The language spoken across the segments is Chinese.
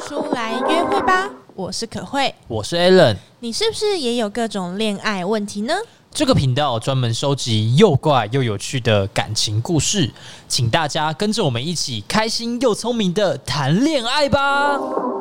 出来约会吧，我是可慧， 我是 Alan。 你是不是也有各种恋爱问题呢？ 这个频道专门收集又怪又有趣的感情故事，请大家跟着我们一起开心又聪明的谈恋爱吧。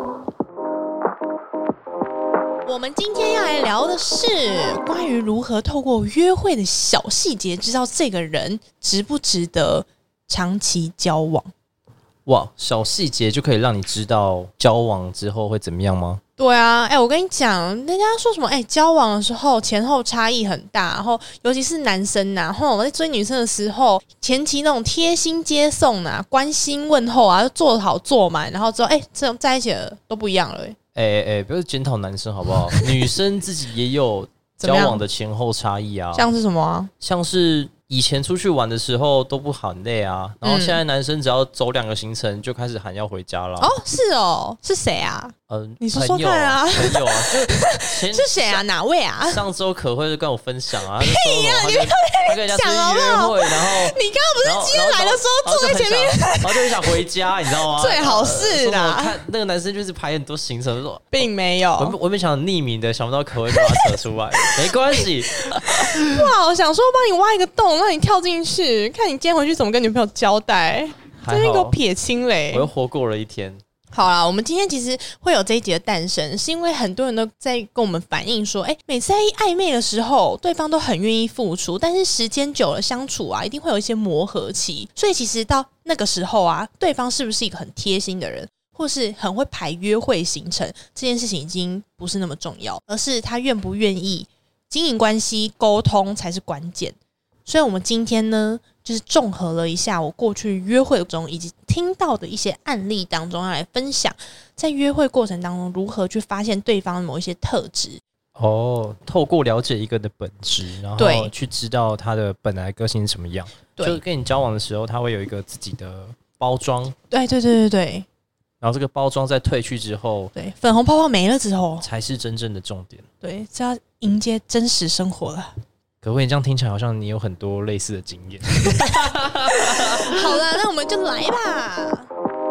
我们今天要来聊的是关于如何透过约会的小细节，知道这个人值不值得长期交往。 哇，小细节就可以让你知道交往之后会怎么样吗？ 对啊，我跟你讲，人家说什么交往的时候前后差异很大，然后尤其是男生呐，在追女生的时候，前期那种贴心接送啊、关心问候啊，就做好做满，然后之后这种在一起了都不一样了。 不要检讨男生好不好？女生自己也有交往的前后差异啊。 像是什么啊？ 像是以前出去玩的时候都不喊累啊，然后现在男生只要走2个行程就开始喊要回家了。 是哦，是谁啊？你说说看啊。 朋友啊，就是谁啊？哪位啊？ 上周可慧就跟我分享啊， 屁呀！你他跟人家出去约会，然后你刚刚不是今天来的时候坐在前面， 然后就很想回家，你知道吗？ 最好是啦。 看那个男生就是排很多行程，说并没有。 我没想匿名的，想不到可慧就把他扯出来，没关系。 哇，我想说帮你挖一个洞，让你跳进去，看你今天回去怎么跟女朋友交代。这边给我撇清嘞！ 我又活过了一天。 好啦，我们今天其实会有这一集的诞生，是因为很多人都在跟我们反映说，每次在暧昧的时候，对方都很愿意付出，但是时间久了相处啊，一定会有一些磨合期。所以其实到那个时候啊，对方是不是一个很贴心的人，或是很会排约会行程，这件事情已经不是那么重要，而是他愿不愿意经营关系、沟通才是关键。所以我们今天呢，就是综合了一下我过去约会中以及听到的一些案例当中，要来分享在约会过程当中如何去发现对方某一些特质。 透过了解一个人的本质，然后去知道他的本来个性是什么样。就跟你交往的时候，他会有一个自己的包装。 对。 然后这个包装在褪去之后， 对，粉红泡泡没了之后， 才是真正的重点。 对，是要迎接真实生活了。 可慧，你这样听起来好像你有很多类似的经验。 好了，那我们就来吧。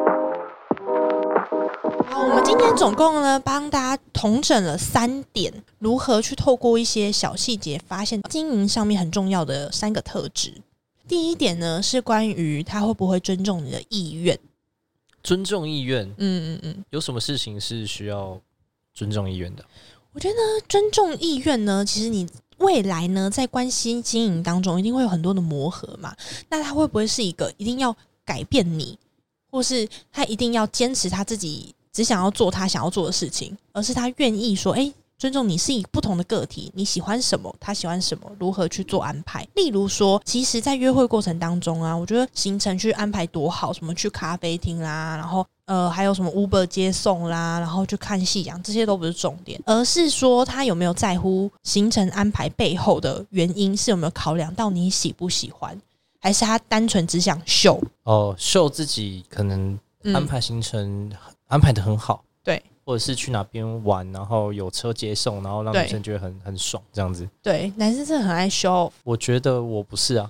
好，我们今天总共呢帮大家统整了3点，如何去透过一些小细节发现经营上面很重要的3个特质。第一点呢是关于他会不会尊重你的意愿。 尊重意愿，有什么事情是需要尊重意愿的？ 我觉得尊重意愿呢，其实你未来呢，在关系经营当中，一定会有很多的磨合嘛。那他会不会是一个一定要改变你，或是他一定要坚持他自己只想要做他想要做的事情，而是他愿意说，尊重你是一个不同的个体，你喜欢什么，他喜欢什么，如何去做安排。例如说，其实在约会过程当中啊，我觉得行程去安排多好，什么去咖啡厅啦，然后还有什么 Uber 接送啦，然后去看夕阳，这些都不是重点，而是说他有没有在乎行程安排背后的原因，是有没有考量到你喜不喜欢，还是他单纯只想秀秀自己可能安排行程安排得很好， 对， 或者是去哪边玩，然后有车接送，然后让女生觉得很爽这样子。 对，男生真的很爱 show。我觉得我不是啊。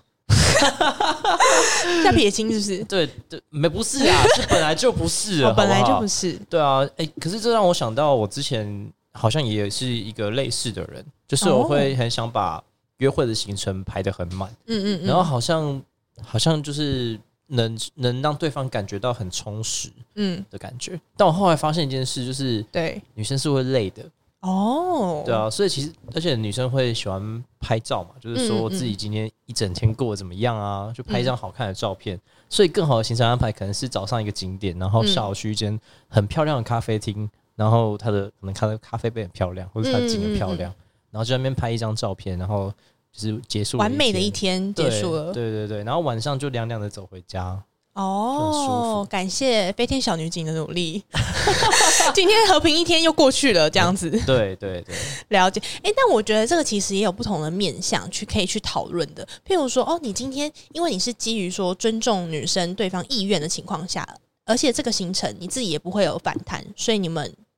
在撇清是不是？ 对，不是啊，是本来就不是了。 本来就不是。 对啊，可是这让我想到，我之前好像也是一个类似的人，就是我会很想把约会的行程排得很满，然后好像就是能让对方感觉到很充实，的感觉。但我后来发现一件事，就是对女生是会累的。对啊，所以其实而且女生会喜欢拍照嘛，就是说自己今天一整天过得怎么样啊，就拍一张好看的照片。所以更好的行程安排可能是早上一个景点，然后下午去一间很漂亮的咖啡厅，然后可能它的咖啡杯很漂亮，或者它的景很漂亮，然后就在那边拍一张照片，然后就是结束完美的一天结束了。 对，然后晚上就凉凉的走回家。 感谢飞天小女警的努力。今天和平一天又过去了，这样子。对，了解。但我觉得这个其实也有不同的面向可以去讨论的。譬如说，你今天因为你是基于说尊重女生对方意愿的情况下，而且这个行程你自己也不会有反弹，所以你们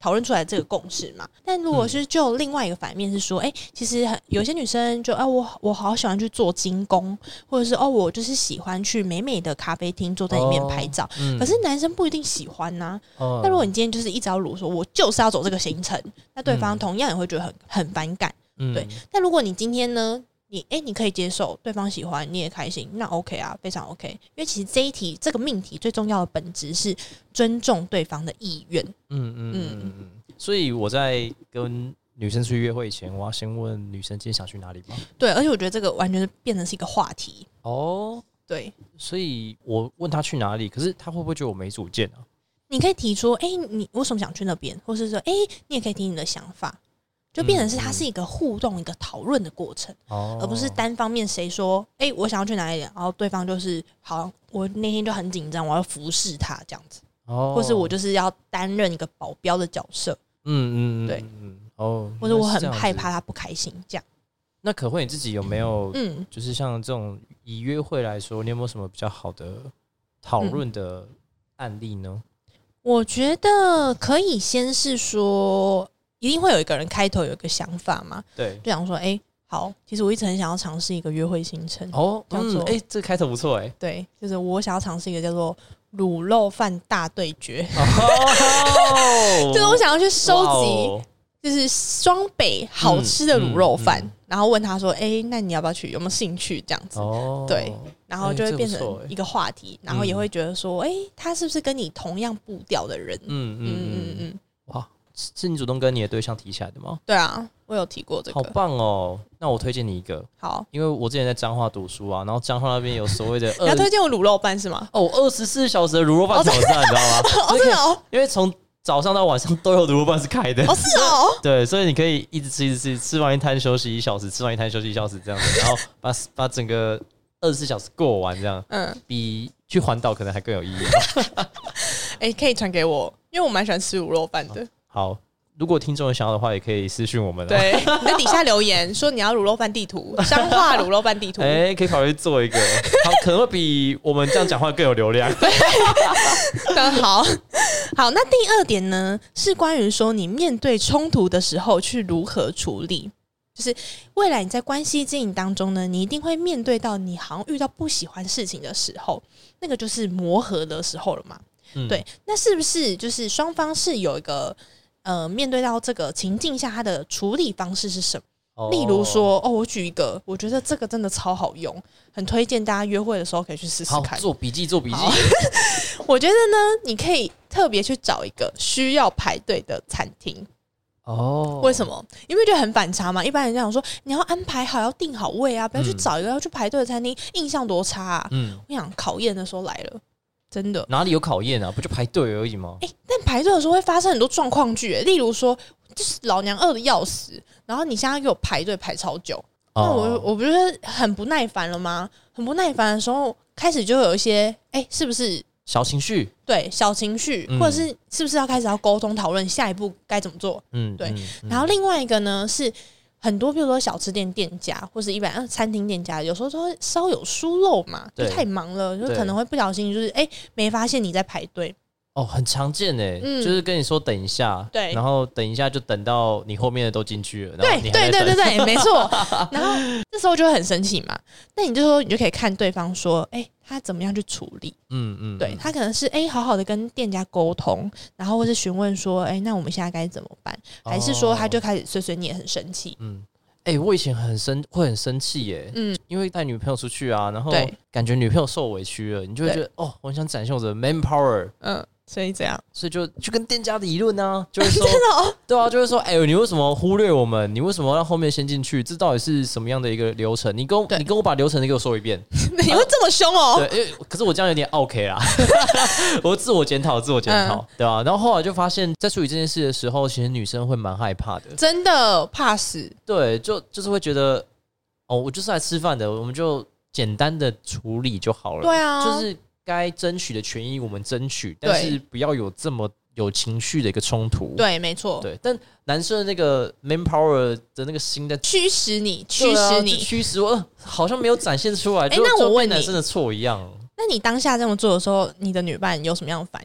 讨论出来这个共识嘛。但如果是就另外一个反面是说，其实有些女生就我好喜欢去做精工，或者是我就是喜欢去美美的咖啡厅坐在里面拍照，可是男生不一定喜欢呐。那如果你今天就是一直要说我就是要走这个行程，那对方同样也会觉得很反感。对，但如果你今天呢，你可以接受对方喜欢，你也开心，那 OK 啊，非常 OK。因为其实这个命题最重要的本质是尊重对方的意愿。 所以我在跟女生出去约会前，我要先问女生今天想去哪里吗？ 对，而且我觉得这个完全是变成是一个话题。对， 所以我问她去哪里，可是她会不会觉得我没主见啊？ 你可以提出，你为什么想去那边，或是说，你也可以提你的想法。就变成是它是一个互动、一个讨论的过程，而不是单方面谁说我想要去哪里，然后对方就是好，我那天就很紧张，我要服侍他这样子，或是我就是要担任一个保镖的角色，对，或者我很害怕他不开心这样。 那可慧你自己有没有，就是像这种以约会来说，你有没有什么比较好的讨论的案例呢？ 我觉得可以先是说。一定会有一个人开头有一个想法嘛？ 对， 就想说，好，其实我一直很想要尝试一个约会行程。 这个开头不错对，就是我想要尝试一个叫做卤肉饭大对决，就是我想要去收集，就是双北好吃的卤肉饭，然后问他说，那你要不要去？有没有兴趣？这样子，对，然后就会变成一个话题，然后也会觉得说，他是不是跟你同样步调的人？ 哇。是你主动跟你的对象提起来的吗？ 对啊，我有提过这个。 好棒哦！那我推荐你一个。 好， 因为我之前在彰化读书啊，然后彰化那边有所谓的你要推荐我卤肉饭是吗 ？24小时的卤肉饭挑战，你知道吗？ 是哦， 因为从早上到晚上都有卤肉饭是开的。 是哦。对， 所以你可以一直吃，一直吃，吃完一摊休息1小时，吃完一摊休息1小时这样子，然后把整个24小时过完这样。比去环岛可能还更有意义。 可以传给我，因为我蛮喜欢吃卤肉饭的。 好，如果听众有想要的话，也可以私讯我们。 对，你在底下留言说你要卤肉饭地图，彰化卤肉饭地图。 可以考虑做一个，可能会比我们这样讲话更有流量。 好，那第二点呢，是关于说你面对冲突的时候去如何处理。就是未来你在关系经营当中呢，你一定会面对到你好像遇到不喜欢事情的时候，那个就是磨合的时候了嘛。对，那是不是就是双方是有一个面对到这个情境下他的处理方式是什么？例如说我举一个，我觉得这个真的超好用，很推荐大家约会的时候可以去试试看。 做笔记。 我觉得呢，你可以特别去找一个需要排队的餐厅。为什么？因为觉得很反差嘛。一般人讲说你要安排好，要订好位啊，不要去找一个要去排队的餐厅，印象多差啊。我想考验的时候来了。真的哪里有考验啊？不就排队而已吗？ 但排队的时候会发生很多状况剧，例如说，就是老娘饿得要死，然后你现在给我排队排超久，那我不是很不耐烦了吗？很不耐烦的时候，开始就有一些是不是小情绪？ 对，小情绪，或者是不是要开始要沟通讨论下一步该怎么做？对。然后另外一个呢是。很多比如说小吃店店家或是一般餐厅店家，有时候都会稍有疏漏嘛，就太忙了，就可能会不小心就是没发现你在排队。 很常见就是跟你说等一下，对，然后等一下就等到你后面的都进去了，然后你还在等。 对，没错。然后这时候就会很生气嘛，那你就可以看对方说，他怎么样去处理？对，他可能是好好的跟店家沟通，然后或是询问说，那我们现在该怎么办？还是说他就开始碎碎念，很生气？ 我以前会很生气耶，因为带女朋友出去啊，然后感觉女朋友受委屈了，你就会觉得我很想展现我的 man power， 所以怎样？ 所以就跟店家理论啊，就会说，真的对啊，就会说，你为什么忽略我们？你为什么让后面先进去？这到底是什么样的一个流程？你跟我把流程给我说一遍。 你会这么凶哦？ 对，可是我这样有点 OK 啦，我自我检讨，对吧？然后后来就发现，在处理这件事的时候，其实女生会蛮害怕的， 真的怕死。 对，就是会觉得，我就是来吃饭的，我们就简单的处理就好了。 对啊， 就是。该争取的权益我们争取，但是不要有这么有情绪的一个冲突。 对，没错。 对，但男生的那个 man power 的那个心在驱使你，驱使我，好像没有展现出来。 那我问你， 男生的错一样。 那你当下这么做的时候，你的女伴有什么样的反应？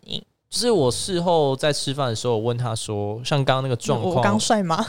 就是我事后在吃饭的时候，我问他说，像刚刚那个状况， 我刚帅吗？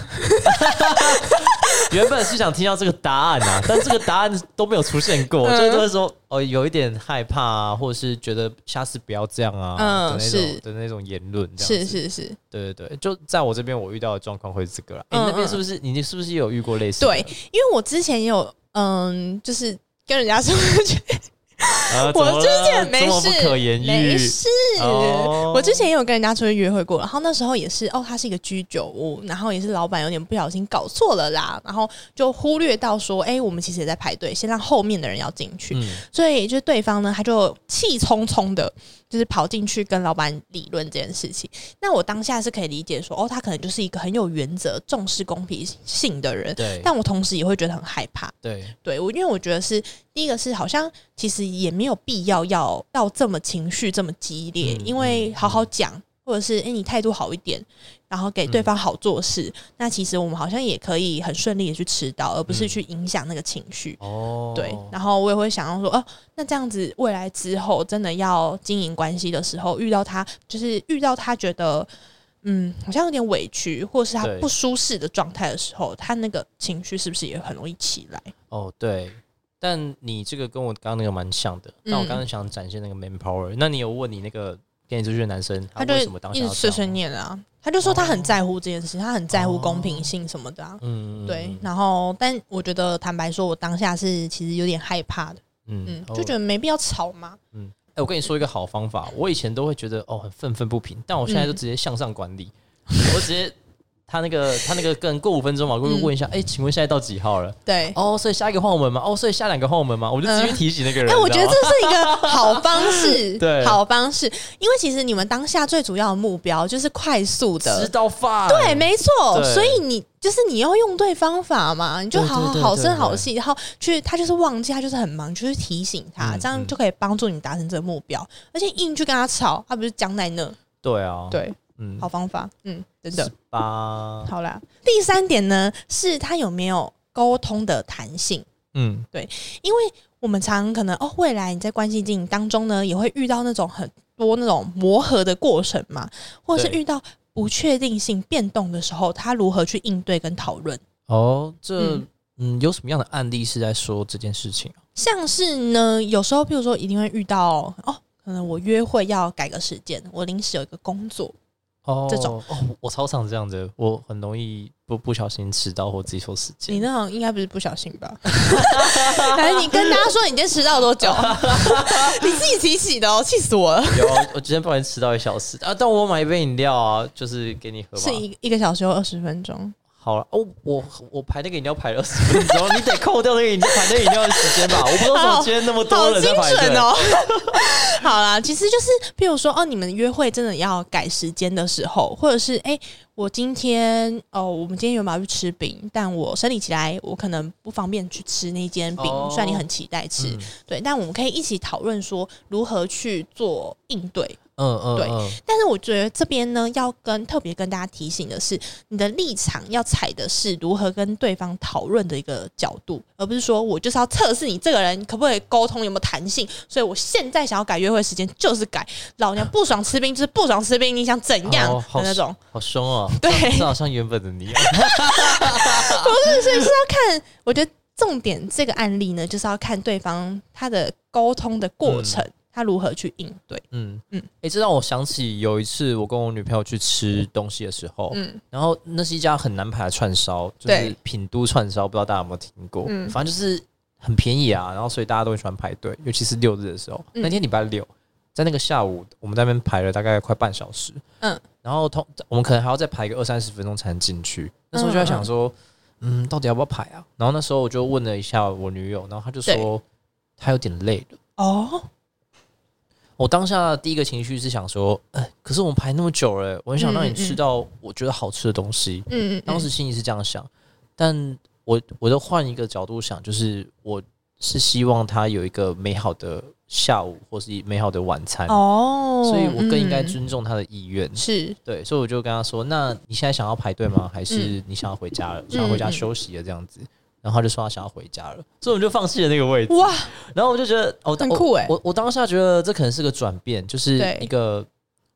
原本是想听到这个答案啊，但这个答案都没有出现过，就是说有一点害怕啊，或者是觉得下次不要这样啊，的那种言论， 是， 对，就在我这边我遇到的状况会是这个啦。那边是不是你是不是也有遇过类似的？ 对，因为我之前也有就是跟人家说。我之前没事， 不可言喻， 没事。我之前也有跟人家出去约会过，然后那时候也是它是一个居酒屋，然后也是老板有点不小心搞错了啦，然后就忽略到说，我们其实也在排队，先让后面的人要进去，所以就是对方呢，他就气冲冲的，就是跑进去跟老板理论这件事情。那我当下是可以理解说，他可能就是一个很有原则、重视公平性的人， 对。 但我同时也会觉得很害怕， 对， 因为我觉得是第一个是好像其实也没有必要这么情绪这么激烈，因为好好讲，或者是你态度好一点，然后给对方好做事，那其实我们好像也可以很顺利的去吃到，而不是去影响那个情绪。对，然后我也会想要说，那这样子未来之后真的要经营关系的时候，遇到他觉得好像有点委屈，或是他不舒适的状态的时候，他那个情绪是不是也很容易起来？ 对。但你这个跟我刚刚那个蛮像的，但我刚刚想展现那个 man power。那你有问你那个跟你出去的男生，他为什么当下要一直碎碎念啊？他就说他很在乎这件事情，他很在乎公平性什么的啊。对。然后，但我觉得坦白说，我当下是其实有点害怕的。就觉得没必要吵嘛。 我跟你说一个好方法，我以前都会觉得很愤愤不平，但我现在就直接向上管理，我直接。他那个跟过5分钟嘛，我会问一下，请问现在到几号了？ 对， 所以下一个换我们吗？所以下2个换我们吗？我就直接提醒那个人。 我觉得这是一个好方式， 对， 好方式，因为其实你们当下最主要的目标就是快速的吃到饭， 对，没错，所以你要用对方法嘛，你就好声好气，然后他就是忘记，他就是很忙，就是提醒他，这样就可以帮助你达成这个目标。而且硬去跟他吵，他不是僵在那？ 对啊， 对。好方法，真的。好啦，第3点呢，是他有没有沟通的弹性。对，因为我们常可能未来你在关系经营当中呢，也会遇到那种很多那种磨合的过程嘛，或者是遇到不确定性变动的时候，他如何去应对跟讨论。 有什么样的案例是在说这件事情？ 像是呢，有时候譬如说一定会遇到可能我约会要改个时间，我临时有一个工作。这种我超常这样的，我很容易不小心迟到或自己错时间。 你那种应该不是不小心吧？来，你跟大家说你今天迟到多久？你自己提起的气死我了！ 有，我今天不小心迟到1小时啊，但我买一杯饮料啊，就是给你喝嘛。 是一个小时或20分钟。 好了，我排那个饮料排了20分钟，你得扣掉那个排那个饮料的时间吧？我不知道怎么今天那么多人在排队哦。好啦，其实就是譬如说你们约会真的要改时间的时候，或者是我今天我们今天原本要去吃饼，但我生理起来我可能不方便去吃那间饼，虽然你很期待吃，对，但我们可以一起讨论说如何去做应对。对，但是我觉得这边呢，要特别跟大家提醒的是，你的立场要踩的是如何跟对方讨论的一个角度，而不是说我就是要测试你这个人可不可以沟通，有没有弹性，所以我现在想要改约会时间就是改，老娘不爽吃冰就是不爽吃冰，你想怎样的那种， 好凶哦！ 对， 这好像原本的你。不是，所以是要看，我觉得重点这个案例呢，就是要看对方他的沟通的过程。他如何去应对？ 这让我想起有一次我跟我女朋友去吃东西的时候，然后那是一家很难排的串烧，就是品都串烧，不知道大家有没有听过？反正就是很便宜啊，然后所以大家都很喜欢排队，尤其是6日的时候。那天礼拜6，在那个下午，我们在那边排了大概快半小时，然后我们可能还要再排个20-30分钟才能进去。那时候就在想说，到底要不要排啊？然后那时候我就问了一下我女友，然后她就说她有点累了。我当下第一个情绪是想说，可是我们排那么久了，我很想让你吃到我觉得好吃的东西。当时心里是这样想，但我就换一个角度想，就是我是希望他有一个美好的下午或是美好的晚餐。所以我更应该尊重他的意愿。是对，所以我就跟他说，那你现在想要排队吗？还是你想要回家了？想要回家休息了这样子？然后他就说他想要回家了，所以我们就放弃了那个位置。哇！然后我就觉得很酷哎！ 我当下觉得这可能是个转变，就是一个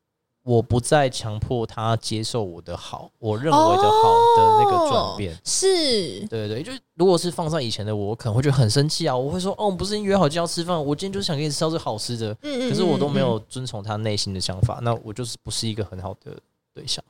我不再强迫他接受我的好，我认为的好的那个转变。 是， 对对对，就如果是放在以前的我可能会觉得很生气啊，我会说，我们不是约好今天要吃饭，我今天就是想给你吃到这好吃的，可是我都没有遵从他内心的想法，那我就是不是一个很好的对象。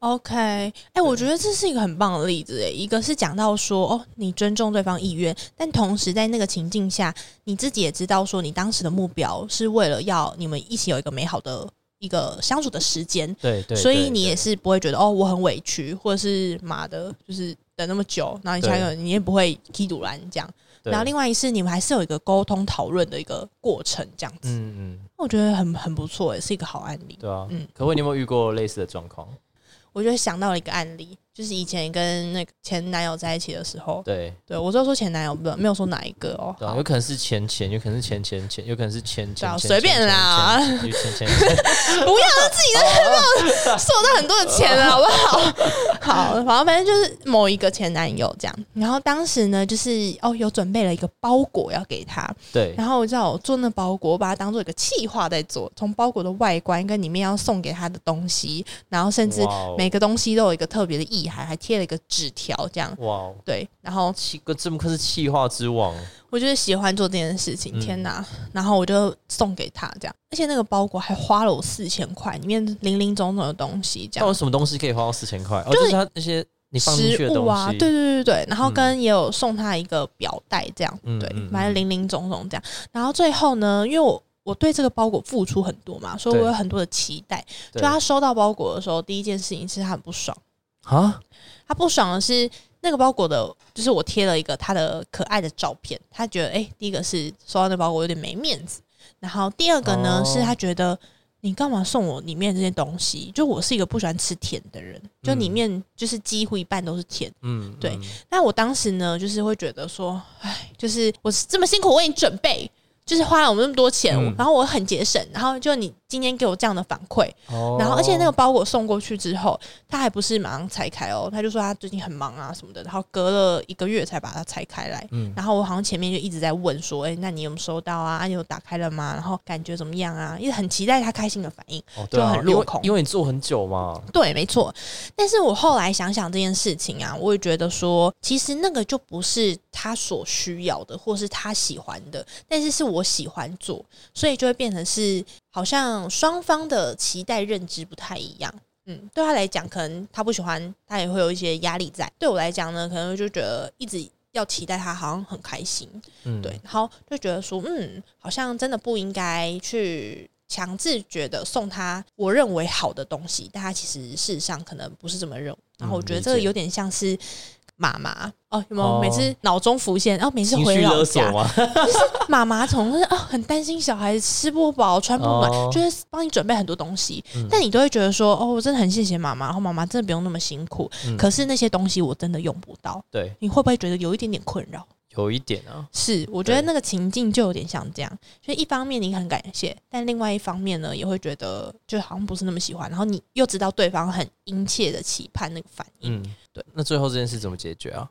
OK， 我觉得这是一个很棒的例子诶。一个是讲到说，你尊重对方意愿，但同时在那个情境下，你自己也知道说，你当时的目标是为了要你们一起有一个美好的一个相处的时间。 对对， 所以你也是不会觉得我很委屈，或者是妈的，就是等那么久，然后你下一个你也不会踢堵拦这样。然后另外一是你们还是有一个沟通讨论的一个过程这样子。我觉得很不错，也是一个好案例。 对啊，可慧，你有没有遇过类似的状况？ 我就想到了一个案例，就是以前跟那个前男友在一起的时候， 对， 我就说前男友，没有说哪一个哦， 对，有可能是前，有可能是前，有可能是前， 随便啦， 前，不要自己在受到很多的钱了，好不好？好，反正就是某一个前男友这样，然后当时呢，就是有准备了一个包裹要给他， 对， 然后我做那包裹，我把它当做一个企划在做，从包裹的外观跟里面要送给他的东西，然后甚至每个东西都有一个特别的意涵，还贴了一个纸条，这样。哇，对，然后这么可是企划之王， 我就是喜欢做这件事情，天哪！然后我就送给他这样，而且那个包裹还花了我4000块，里面零零总总的东西，这样。 有什么东西可以花到4000块？就是他那些你放进去的东西啊，对，然后也有送他一个表带，这样，对，买了零零总总这样。然后最后呢，因为我对这个包裹付出很多嘛，所以我有很多的期待。就他收到包裹的时候，第一件事情是他很不爽啊。他不爽的是那个包裹的，就是我贴了一个他的可爱的照片，他觉得第一个是收到那包裹有点没面子，然后第二个呢是他觉得你干嘛送我里面这些东西？就我是一个不喜欢吃甜的人，就里面就是几乎一半都是甜。对。那我当时呢，就是会觉得说，就是我这么辛苦为你准备。就是花了我们那么多钱，然后我很节省，然后就你今天给我这样的反馈，然后而且那个包裹送过去之后，他还不是马上拆开他就说他最近很忙啊什么的，然后隔了1个月才把它拆开来，然后我好像前面就一直在问说，那你有没有收到啊？你有打开了吗？然后感觉怎么样啊？一直很期待他开心的反应，就很落空， 因为你做很久嘛。 对，没错。但是我后来想想这件事情啊，我也觉得说，其实那个就不是他所需要的，或是他喜欢的，但是我喜欢做，所以就会变成是好像双方的期待认知不太一样。对他来讲，可能他不喜欢，他也会有一些压力在；对我来讲呢，可能就觉得一直要期待他，好像很开心。对，然后就觉得说，好像真的不应该去强制觉得送他我认为好的东西，但他其实事实上可能不是这么认为。然后我觉得这个有点像是妈妈有没有每次脑中浮现？每次回老家，就是妈妈总是很担心小孩吃不饱、穿不暖，就是帮你准备很多东西，但你都会觉得说，我真的很谢谢妈妈，然后妈妈真的不用那么辛苦。可是那些东西我真的用不到，对，你会不会觉得有一点点困扰？ 有一点啊， 是，我觉得那个情境就有点像这样，所以一方面你很感谢，但另外一方面呢，也会觉得就好像不是那么喜欢，然后你又知道对方很殷切的期盼那个反应。 对，那最后这件事怎么解决啊？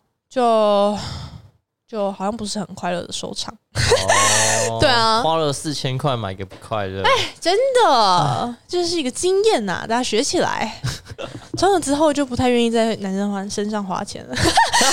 就好像不是很快乐的收场。对啊， 花了4000块买个不快乐， 真的这是一个经验呐，大家学起来。从此之后就不太愿意在男生身上花钱了，变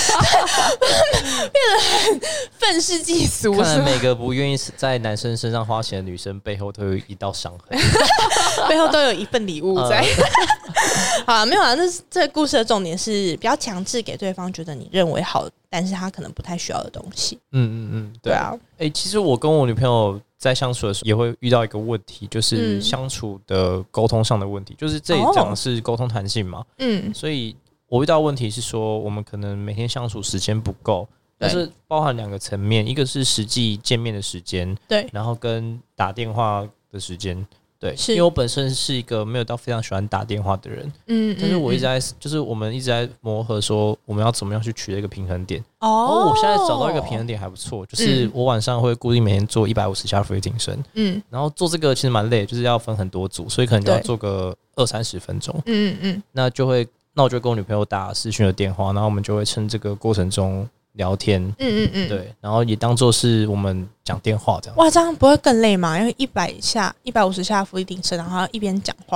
得很愤世嫉俗。 看来每个不愿意在男生身上花钱的女生背后都有一道伤痕， 背后都有一份礼物在。好啦，没有啊，这个故事的重点是不要强制给对方觉得你认为好，但是他可能不太需要的东西。对啊。 其实我跟我女朋友在相处的时候也会遇到一个问题，就是相处的沟通上的问题，就是这里讲的是沟通弹性嘛。所以我遇到的问题是说，我们可能每天相处时间不够，但是包含2个层面，一个是实际见面的时间，对，然后跟打电话的时间。对，因为我本身是一个没有到非常喜欢打电话的人，但是我一直在，就是我们一直在磨合，说我们要怎么样去取得一个平衡点。我现在找到一个平衡点还不错，就是我晚上会固定每天做150下伏地挺身，然后做这个其实蛮累，就是要分很多组，所以可能就要做个20-30分钟，那我就跟我女朋友打视讯的电话，然后我们就会趁这个过程中聊天，对，然后也当作是我们讲电话这样。 哇，这样不会更累吗？因为150下伏地挺身，然后一边讲话。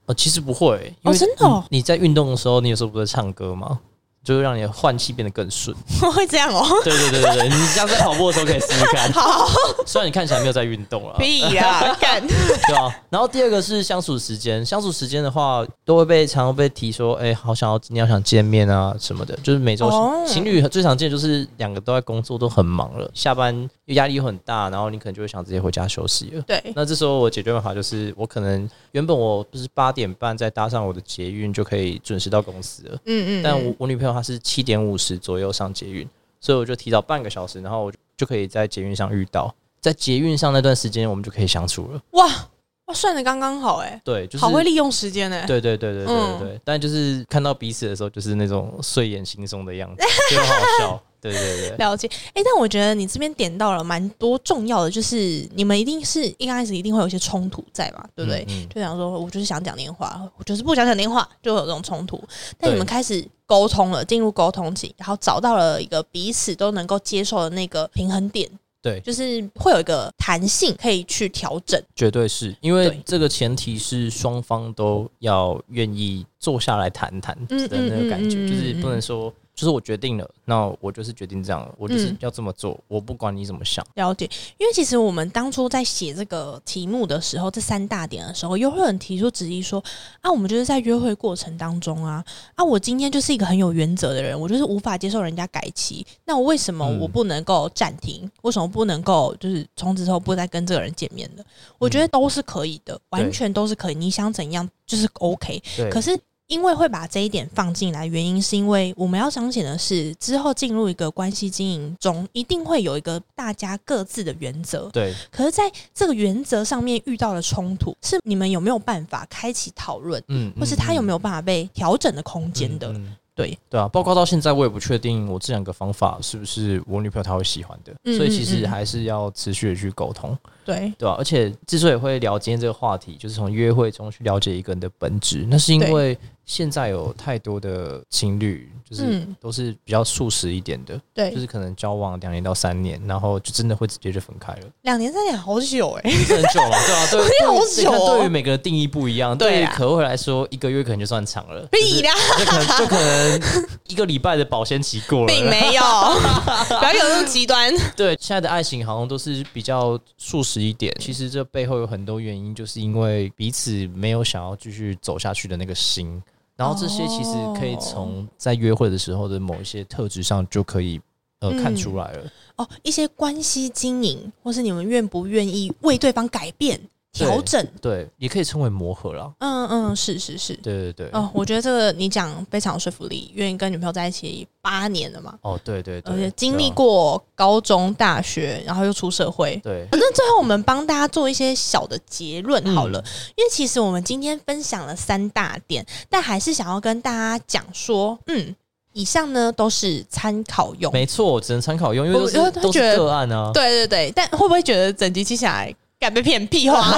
其实不会，因为真的哦， 你在运动的时候，你有时候不是唱歌吗？就会让你的换气变得更顺。 会这样哦？ 对，你这样在跑步的时候可以试试看。好，虽然你看起来没有在运动了。 屁呀，干。 对啊。然后第二个是相处时间，相处时间的话，都会常常被提说，好想要今天想见面啊什么的。就是每周情侣最常见就是2个都在工作，都很忙了，下班压力又很大，然后你可能就会想直接回家休息了。 对。 那这时候我解决办法就是，我可能原本我不是8点半再搭上我的捷运就可以准时到公司了。但我女朋友她是7点50左右上捷运，所以我就提早半个小时，然后我就可以在捷运上遇到，在捷运上那段时间我们就可以相处了。 哇，算得刚刚好对，就是好会利用时间对，但就是看到彼此的时候，就是那种睡眼惺忪的样子，就很好笑。对， 了解。但我觉得你这边点到了蛮多重要的，就是你们一开始一定会有一些冲突在嘛，对不对？就想说我就是想讲电话，我就是不想讲电话，就会有这种冲突。但你们开始沟通了，进入沟通期，然后找到了一个彼此都能够接受的那个平衡点。 对， 就是会有一个弹性可以去调整。 绝对是因为这个前提是双方都要愿意坐下来谈谈的那个感觉，就是不能说就是我决定了，那我就是决定这样了，我就是要这么做，我不管你怎么想。 了解。因为其实我们当初在写这个题目的时候，这3大点的时候，又会有人提出质疑说我们就是在约会过程当中我今天就是一个很有原则的人，我就是无法接受人家改期，那我为什么我不能够暂停？为什么不能够就是从此之后不再跟这个人见面的？我觉得都是可以的，完全都是可以，你想怎样就是 OK。可是因为会把这一点放进来，原因是因为我们要彰显的是，之后进入一个关系经营中，一定会有一个大家各自的原则。 对。 可是在这个原则上面遇到的冲突，是你们有没有办法开启讨论，或是他有没有办法被调整的空间的？对啊，包括到现在我也不确定我这2个方法是不是我女朋友她会喜欢的，所以其实还是要持续的去沟通。对啊，而且之所以会聊今天这个话题，就是从约会中去了解一个人的本质，那是因为现在有太多的情侣就是都是比较速食一点的，对，就是可能交往2年到3年，然后就真的会直接就分开了。 2年3年好久很久了，对啊，对， 好久对于每个人定义不一样，对于可慧来说1个月可能就算长了， 屁啦， 就可能1个礼拜的保鲜期过了， 并没有，不要有那么极端。 对，现在的爱情好像都是比较速食一点，其实这背后有很多原因，就是因为彼此没有想要继续走下去的那个心，然后这些其实可以从在约会的时候的某一些特质上就可以看出来了。 一些关系经营，或是你们愿不愿意为对方改变调整， 对，也可以称为磨合啦。 是， 对。 我觉得这个你讲非常有说服力，愿意跟女朋友在一起8年了嘛。 对， 而且经历过高中、大学，然后又出社会。 对， 那最后我们帮大家做一些小的结论好了，因为其实我们今天分享了3大点，但还是想要跟大家讲说，以上呢都是参考用， 没错，只能参考用，因为都是个案啊。 对，但会不会觉得整集听下来敢被骗屁话？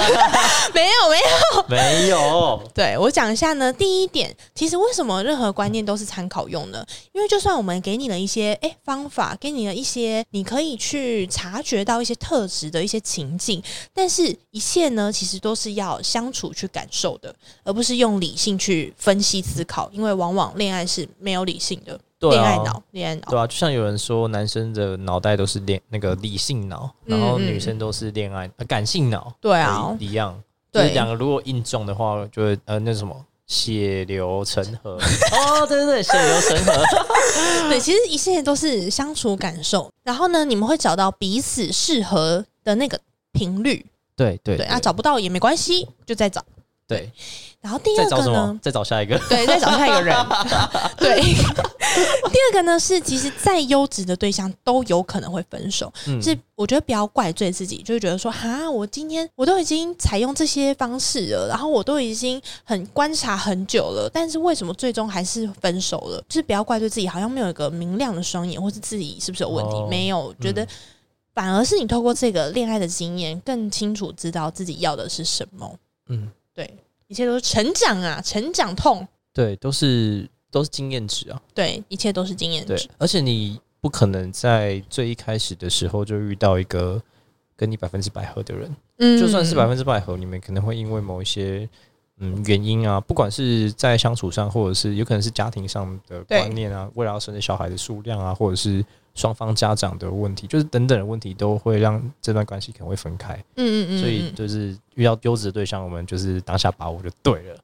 没有。对，我讲一下呢。第一点，其实为什么任何观念都是参考用呢？因为就算我们给你了一些方法，给你了一些你可以去察觉到一些特质的一些情境，但是一切呢，其实都是要相处去感受的，而不是用理性去分析思考。因为往往恋爱是没有理性的。恋爱脑， 对啊，就像有人说，男生的脑袋都是那个理性脑，然后女生都是感性脑， 对啊， 一样。就是2个如果硬撞的话，就会那什么血流成河。对，血流成河。 对，其实一切都是相处感受，然后呢，你们会找到彼此适合的那个频率。对，找不到也没关系，就再找。对，然后第二个呢？ 再找下一个。 对，再找下一个人。对，第二个呢是，其实再优质的对象都有可能会分手。是我觉得不要怪罪自己，就是觉得说，我今天我都已经采用这些方式了，然后我都已经很观察很久了，但是为什么最终还是分手了？就是不要怪罪自己，好像没有一个明亮的双眼，或是自己是不是有问题？没有，觉得反而是你透过这个恋爱的经验，更清楚知道自己要的是什么。对，一切都是成长啊，成长痛。对， 都是经验值啊。 对，一切都是经验值。 而且你不可能在最一开始的时候就遇到一个跟你100%合的人。就算是100%合，你们可能会因为某一些原因啊，不管是在相处上，或者是有可能是家庭上的观念啊，未来要生的小孩的数量啊，或者是双方家长的问题，就是等等的问题，都会让这段关系可能会分开。所以就是遇到优质的对象，我们就是当下把握就对了。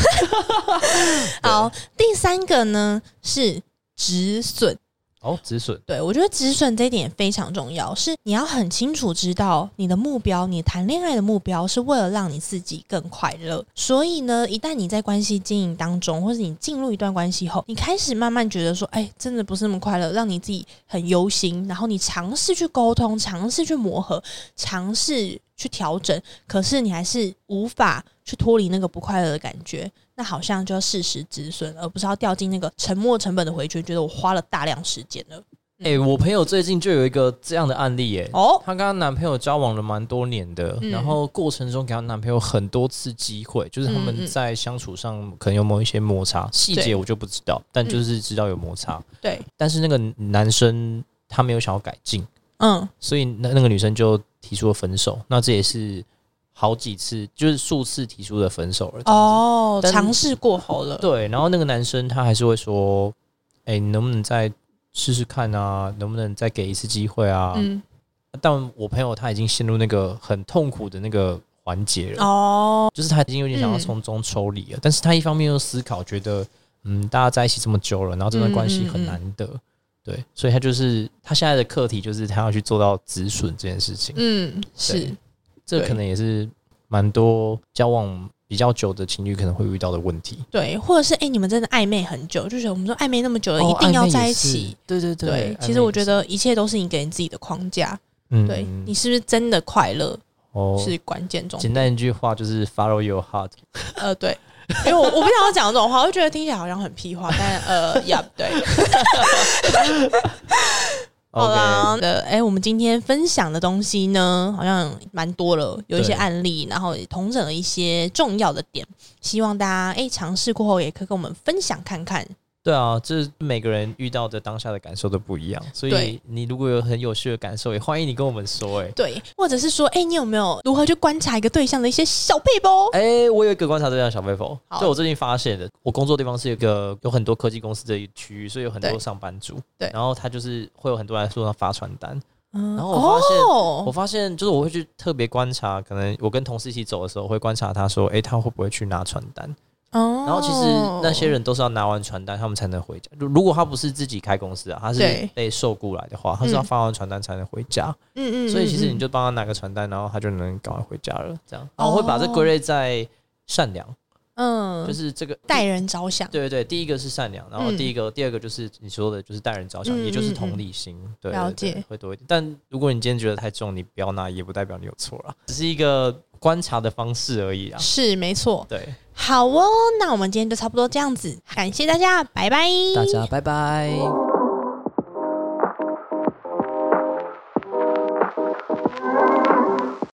好，第3个呢是止损。 止损， 对，我觉得止损这一点也非常重要，是你要很清楚知道你的目标，你谈恋爱的目标是为了让你自己更快乐。所以呢，一旦你在关系经营当中，或是你进入一段关系后，你开始慢慢觉得说，真的不是那么快乐，让你自己很忧心，然后你尝试去沟通，尝试去磨合，尝试去调整，可是你还是无法去脱离那个不快乐的感觉，那好像就要适时止损，而不是要掉进那个沉没成本的回圈，觉得我花了大量时间了。 我朋友最近就有一个这样的案例耶。她跟她男朋友交往了蛮多年的，然后过程中给她男朋友很多次机会，就是他们在相处上可能有某一些摩擦，细节我就不知道，但就是知道有摩擦。 对， 但是那个男生他没有想要改进，所以那个女生就提出了分手。那这也是好几次，就是数次提出的分手了。 尝试过后了。 对，然后那个男生他还是会说，你能不能再试试看啊？能不能再给一次机会啊？但我朋友他已经陷入那个很痛苦的那个环节了。就是他已经有点想要从中抽离了。但是他一方面又思考，觉得大家在一起这么久了，然后这段关系很难得。对，所以他现在的课题就是他要去做到止损这件事情。 是。 这可能也是蛮多交往比较久的情侣可能会遇到的问题。 对，或者是你们真的暧昧很久，就是我们说暧昧那么久了，一定要在一起。对，其实我觉得一切都是你给你自己的框架。对，你是不是真的快乐？是关键重点。 简单一句话就是 follow your heart。 对，因为我不想要讲这种话，我就觉得听起来好像很屁话，但对。好啦，我们今天分享的东西呢，好像蛮多了，有一些案例，然后也统整了一些重要的点，希望大家尝试过后也可以跟我们分享看看。 对啊，这每个人遇到的当下的感受都不一样，所以你如果有很有趣的感受，也欢迎你跟我们说。 对，或者是说，你有没有如何去观察一个对象的一些小撇步？ 我有一个观察对象小撇步，就我最近发现的。我工作的地方是有很多科技公司的区域，所以有很多上班族。对，然后他就是会有很多人在路上发传单。然后我发现就是我会去特别观察，可能我跟同事一起走的时候，会观察他说，他会不会去拿传单？然后其实那些人都是要拿完传单他们才能回家。如果他不是自己开公司啊，他是被受雇来的话，他是要发完传单才能回家。所以其实你就帮他拿个传单，然后他就能赶快回家了。这样，然后我会把这归类在善良。就是这个待人着想。 对，第一个是善良，然后第二个就是你说的，就是待人着想，也就是同理心。对， 了解， 会多一点。但如果你今天觉得太重，你不要拿，也不代表你有错啦，只是一个观察的方式而已啦。 是，没错。 对， 好哦，那我们今天就差不多这样子，感谢大家，拜拜。 大家拜拜。